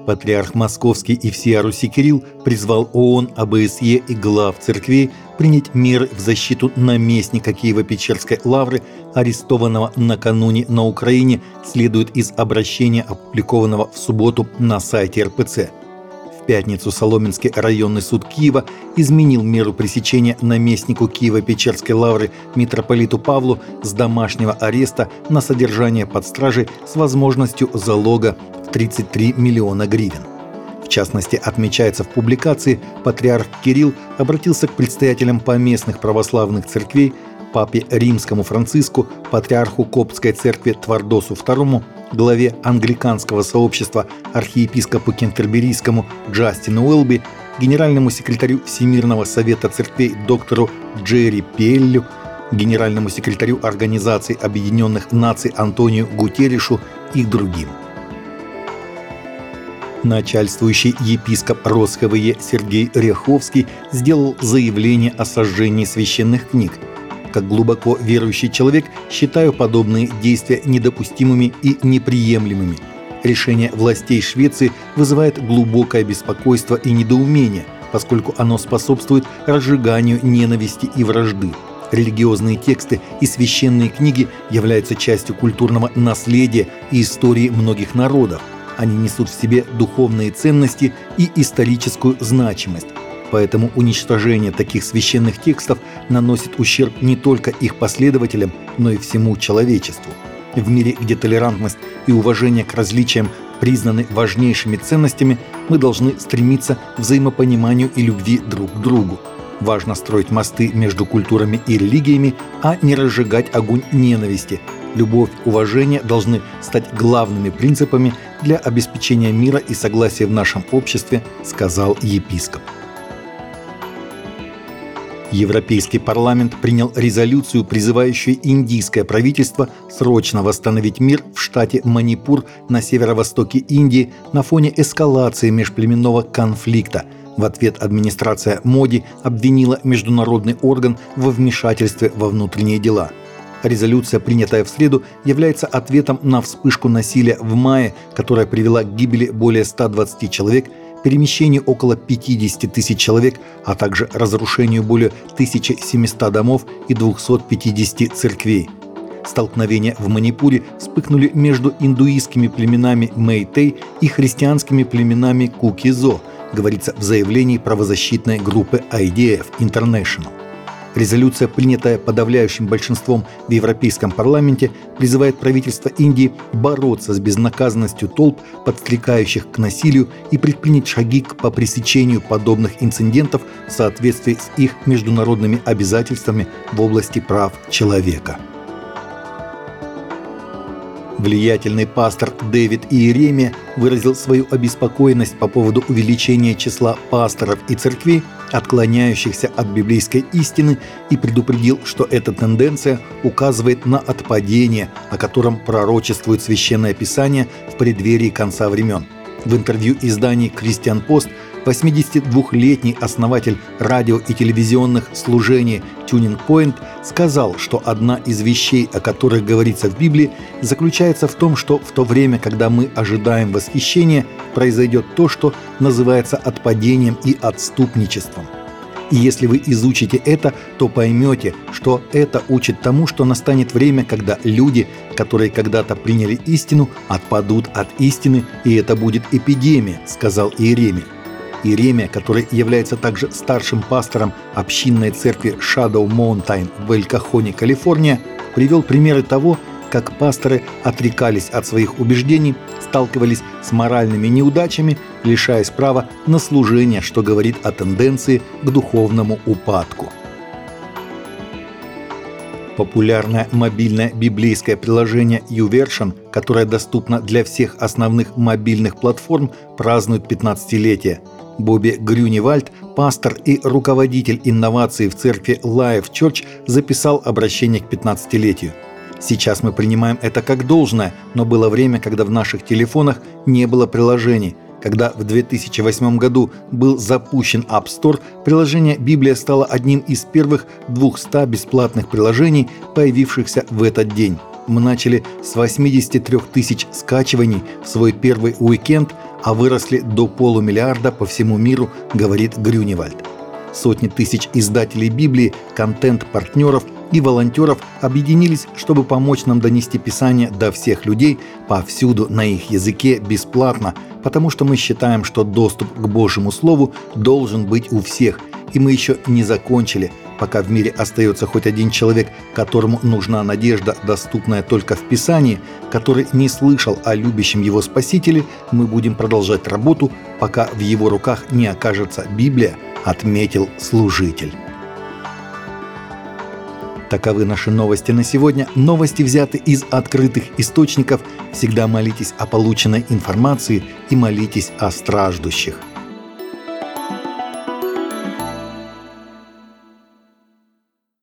Патриарх Московский и всея Руси Кирилл призвал ООН, ОБСЕ и глав церквей принять меры в защиту наместника Киево-Печерской лавры, арестованного накануне на Украине, следует из обращения, опубликованного в субботу на сайте РПЦ. В пятницу Соломенский районный суд Киева изменил меру пресечения наместнику Киево-Печерской лавры митрополиту Павлу с домашнего ареста на содержание под стражей с возможностью залога в 33 миллиона гривен. В частности, отмечается в публикации, патриарх Кирилл обратился к предстоятелям поместных православных церквей, папе Римскому Франциску, патриарху Коптской церкви Твардосу II, главе англиканского сообщества архиепископу Кентерберийскому Джастину Уэлби, генеральному секретарю Всемирного совета церквей доктору Джерри Пеллю, генеральному секретарю Организации Объединенных Наций Антонио Гутерришу и другим. Начальствующий епископ РосХВЕ Сергей Ряховский сделал заявление о сожжении священных книг. Как глубоко верующий человек считаю подобные действия недопустимыми и неприемлемыми. Решение властей Швеции вызывает глубокое беспокойство и недоумение, поскольку оно способствует разжиганию ненависти и вражды. Религиозные тексты и священные книги являются частью культурного наследия и истории многих народов. Они несут в себе духовные ценности и историческую значимость. Поэтому уничтожение таких священных текстов наносит ущерб не только их последователям, но и всему человечеству. В мире, где толерантность и уважение к различиям признаны важнейшими ценностями, мы должны стремиться к взаимопониманию и любви друг к другу. Важно строить мосты между культурами и религиями, а не разжигать огонь ненависти. Любовь, уважение должны стать главными принципами для обеспечения мира и согласия в нашем обществе, сказал епископ. Европейский парламент принял резолюцию, призывающую индийское правительство срочно восстановить мир в штате Манипур на северо-востоке Индии на фоне эскалации межплеменного конфликта. В ответ администрация Моди обвинила международный орган во вмешательстве во внутренние дела. Резолюция, принятая в среду, является ответом на вспышку насилия в мае, которая привела к гибели более 120 человек, перемещению около 50 тысяч человек, а также разрушению более 1700 домов и 250 церквей. Столкновения в Манипуре вспыхнули между индуистскими племенами Мэйтэй и христианскими племенами Кукизо, говорится в заявлении правозащитной группы IDF International. Резолюция, принятая подавляющим большинством в Европейском парламенте, призывает правительство Индии бороться с безнаказанностью толп, подстрекающих к насилию, и предпринять шаги по пресечению подобных инцидентов в соответствии с их международными обязательствами в области прав человека. Влиятельный пастор Дэвид Иеремия выразил свою обеспокоенность по поводу увеличения числа пасторов и церквей, отклоняющихся от библейской истины, и предупредил, что эта тенденция указывает на отпадение, о котором пророчествует Священное Писание в преддверии конца времен. В интервью изданию «Кристиан Пост» 82-летний основатель радио и телевизионных служений Tuning Point сказал, что одна из вещей, о которых говорится в Библии, заключается в том, что в то время, когда мы ожидаем восхищения, произойдет то, что называется отпадением и отступничеством. И если вы изучите это, то поймете, что это учит тому, что настанет время, когда люди, которые когда-то приняли истину, отпадут от истины, и это будет эпидемия, сказал Иеремия. Иеремия, который является также старшим пастором общинной церкви Shadow Mountain в Эль-Кахоне, Калифорния, привел примеры того, как пасторы отрекались от своих убеждений, сталкивались с моральными неудачами, лишаясь права на служение, что говорит о тенденции к духовному упадку. Популярное мобильное библейское приложение YouVersion, которое доступно для всех основных мобильных платформ, празднует 15-летие. Бобби Грюневальд, пастор и руководитель инноваций в церкви Life Church, записал обращение к 15-летию. Сейчас мы принимаем это как должное, но было время, когда в наших телефонах не было приложений. Когда в 2008 году был запущен App Store, приложение «Библия» стало одним из первых 200 бесплатных приложений, появившихся в этот день. Мы начали с 83 тысяч скачиваний в свой первый уикенд, а выросли до полумиллиарда по всему миру, говорит Грюневальд. Сотни тысяч издателей Библии, контент-партнеров и волонтеров объединились, чтобы помочь нам донести Писание до всех людей повсюду на их языке бесплатно, потому что мы считаем, что доступ к Божьему Слову должен быть у всех, и мы еще не закончили. Пока в мире остается хоть один человек, которому нужна надежда, доступная только в Писании, который не слышал о любящем его Спасителе, мы будем продолжать работу, пока в его руках не окажется Библия, отметил служитель. Таковы наши новости на сегодня. Новости взяты из открытых источников. Всегда молитесь о полученной информации и молитесь о страждущих.